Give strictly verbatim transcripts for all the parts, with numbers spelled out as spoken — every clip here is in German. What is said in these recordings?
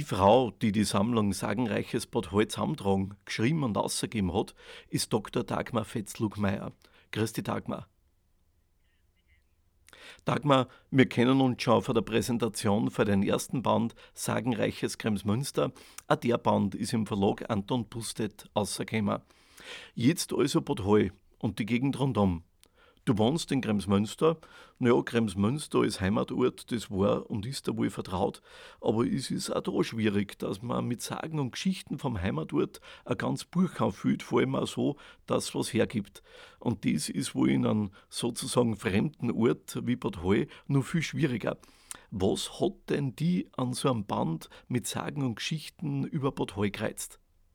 Die Frau, die die Sammlung Sagenreiches Bad Hall zusammentragen, geschrieben und ausgegeben hat, ist Doktor Dagmar Fetzlug-Meyer. Grüß dich, Dagmar. Dagmar, wir kennen uns schon von der Präsentation für den ersten Band Sagenreiches Kremsmünster. Auch der Band ist im Verlag Anton Pustet rausgekommen. Jetzt also Bad Hall und die Gegend rundum. Du wohnst in Kremsmünster. Naja, Kremsmünster als Heimatort, das war und ist da wohl vertraut. Aber es ist auch da schwierig, dass man mit Sagen und Geschichten vom Heimatort ein ganz Buch anfüllt, vor allem auch so, dass es was hergibt. Und das ist wohl in einem sozusagen fremden Ort wie Bad Hall noch viel schwieriger. Was hat denn die an so einem Band mit Sagen und Geschichten über Bad Hall gereizt?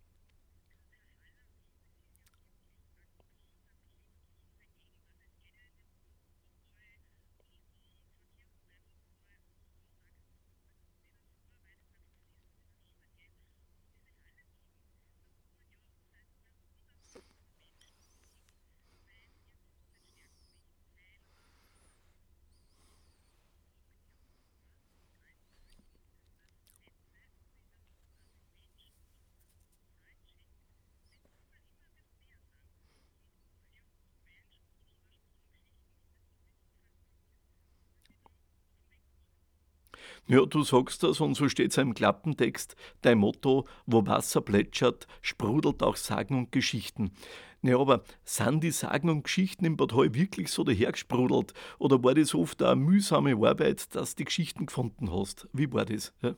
Ja, du sagst das und so steht es im Klappentext, dein Motto, wo Wasser plätschert, sprudelt auch Sagen und Geschichten. Ja, aber sind die Sagen und Geschichten im Bad Hall wirklich so dahergesprudelt oder war das oft eine mühsame Arbeit, dass du die Geschichten gefunden hast? Wie war das? Ja?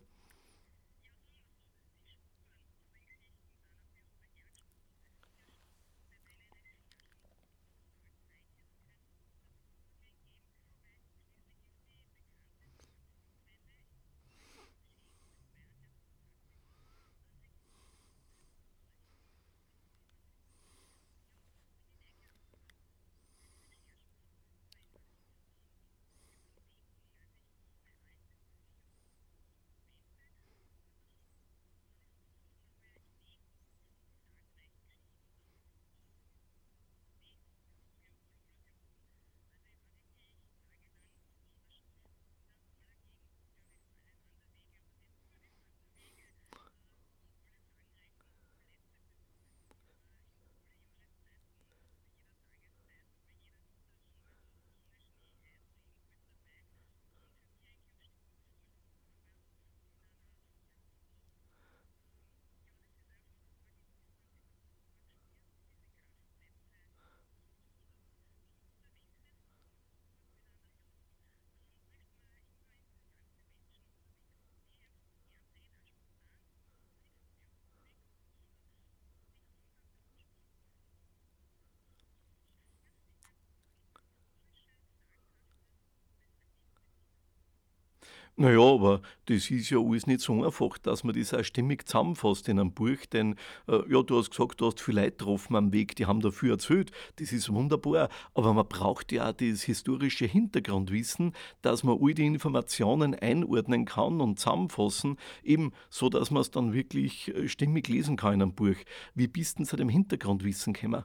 Naja, aber das ist ja alles nicht so einfach, dass man das auch stimmig zusammenfasst in einem Buch, denn äh, ja, du hast gesagt, du hast viele Leute getroffen am Weg, die haben dafür erzählt, das ist wunderbar, aber man braucht ja auch das historische Hintergrundwissen, dass man all die Informationen einordnen kann und zusammenfassen, eben so, dass man es dann wirklich äh, stimmig lesen kann in einem Buch. Wie bist du denn zu dem Hintergrundwissen gekommen?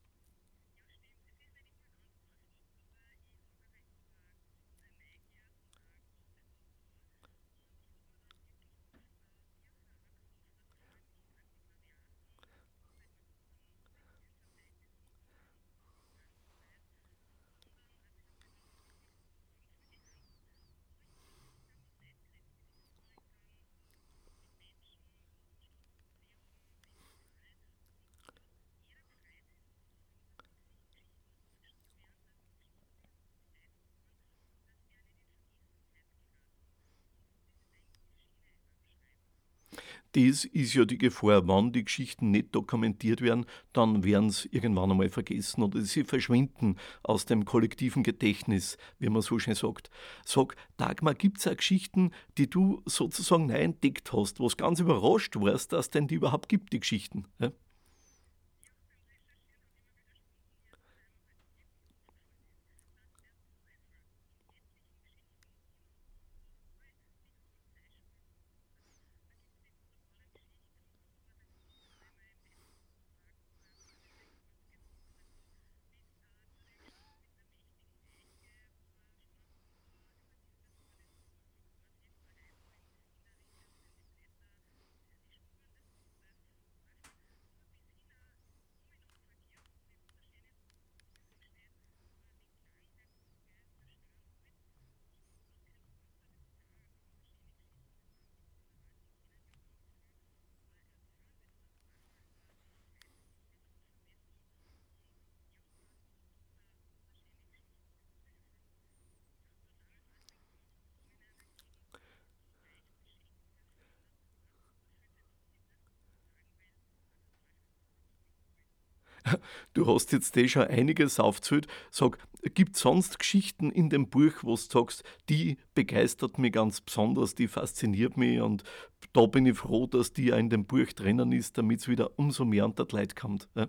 Das ist ja die Gefahr, wenn die Geschichten nicht dokumentiert werden, dann werden sie irgendwann einmal vergessen oder sie verschwinden aus dem kollektiven Gedächtnis, wie man so schön sagt. Sag, Dagmar, gibt es auch Geschichten, die du sozusagen neu entdeckt hast, was ganz überrascht warst, dass denn die überhaupt gibt, die Geschichten? Ja? Du hast jetzt eh schon einiges aufgezählt. Sag, gibt sonst Geschichten in dem Buch, wo du sagst, die begeistert mich ganz besonders, die fasziniert mich und da bin ich froh, dass die auch in dem Buch drinnen ist, damit es wieder umso mehr unter die Leute kommt. Ja?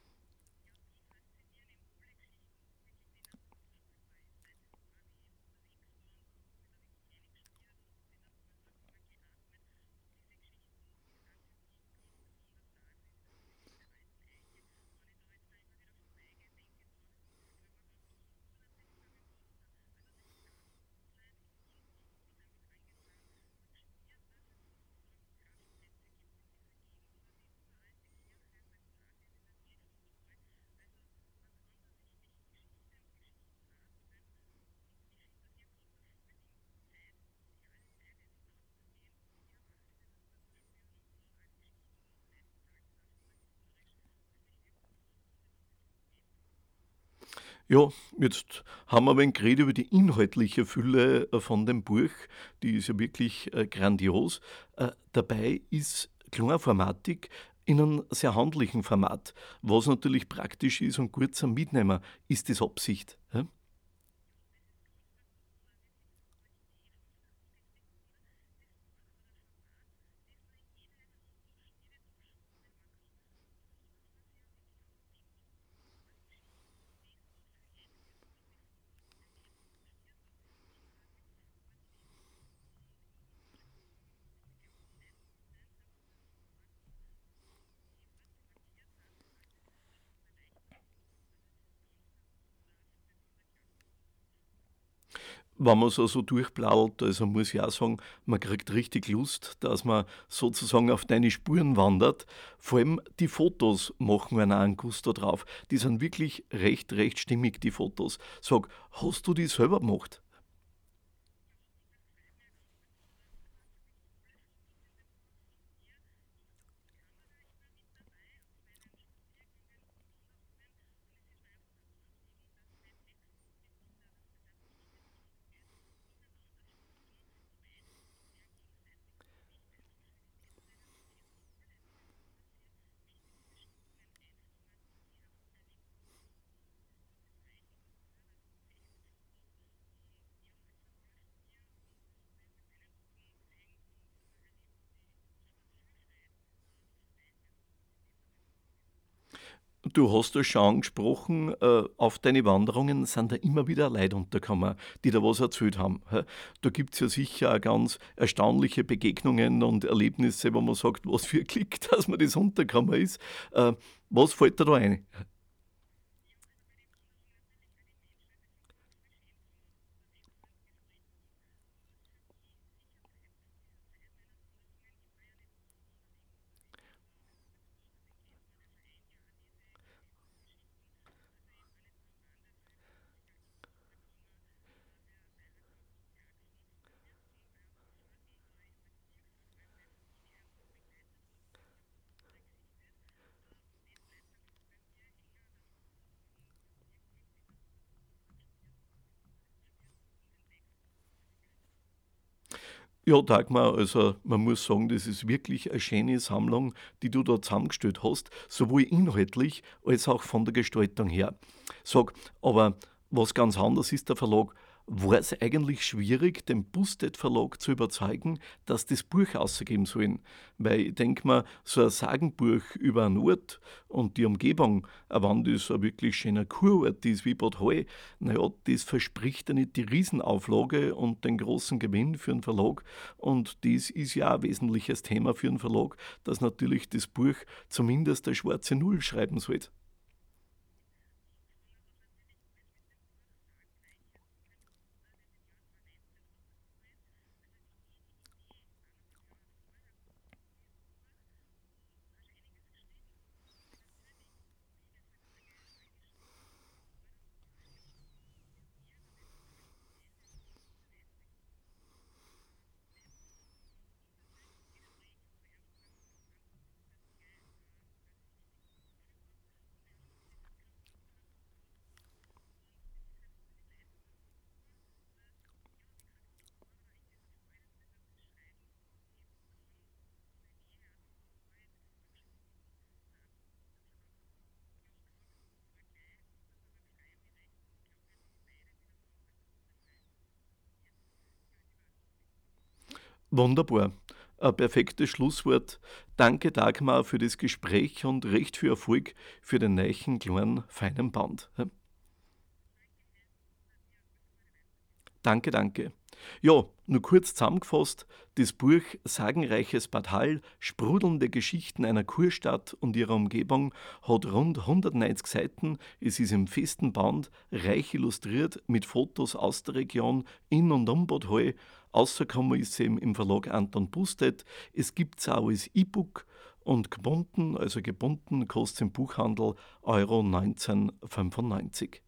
Ja, jetzt haben wir ein wenig geredet über die inhaltliche Fülle äh, von dem Buch. Die ist ja wirklich äh, grandios. Äh, dabei ist Kleinformatik in einem sehr handlichen Format, was natürlich praktisch ist und gut zum Mitnehmen. Ist das Absicht? Ja? Wenn man so, so durchplaudert, also muss ich auch sagen, man kriegt richtig Lust, dass man sozusagen auf deine Spuren wandert. Vor allem die Fotos machen einen auch einen Gusto drauf. Die sind wirklich recht, recht stimmig, die Fotos. Sag, hast du die selber gemacht? Du hast es schon angesprochen, äh, auf deine Wanderungen sind da immer wieder Leute untergekommen, die da was erzählt haben. hä? Da gibt es ja sicher auch ganz erstaunliche Begegnungen und Erlebnisse, wo man sagt, was für ein Glück, dass man das untergekommen ist. Äh, was fällt dir da ein? Ja, Dagmar, also man muss sagen, das ist wirklich eine schöne Sammlung, die du da zusammengestellt hast, sowohl inhaltlich als auch von der Gestaltung her. Sag, aber was ganz anderes ist der Verlag. War es eigentlich schwierig, den Bustet Verlag zu überzeugen, dass das Buch ausgeben sollen? Weil ich denke mir, so ein Sagenbuch über einen Ort und die Umgebung, auch wenn das ein wirklich schöner Kurort ist wie Bad Hall, naja, das verspricht ja nicht die Riesenauflage und den großen Gewinn für einen Verlag. Und das ist ja ein wesentliches Thema für einen Verlag, dass natürlich das Buch zumindest eine schwarze Null schreiben sollte. Wunderbar. Ein perfektes Schlusswort. Danke, Dagmar, für das Gespräch und recht viel Erfolg für den neuen, kleinen, feinen Band. Ja, danke, danke. Ja, nur kurz zusammengefasst, das Buch Sagenreiches Bad Hall, sprudelnde Geschichten einer Kurstadt und ihrer Umgebung hat rund hundertneunzig Seiten. Es ist im festen Band, reich illustriert mit Fotos aus der Region in und um Bad Hall. Rausgekommen ist sie im im Verlag Anton Bustedt. Es gibt es auch als E-Book und gebunden, also gebunden, kostet im Buchhandel Euro neunzehn fünfundneunzig.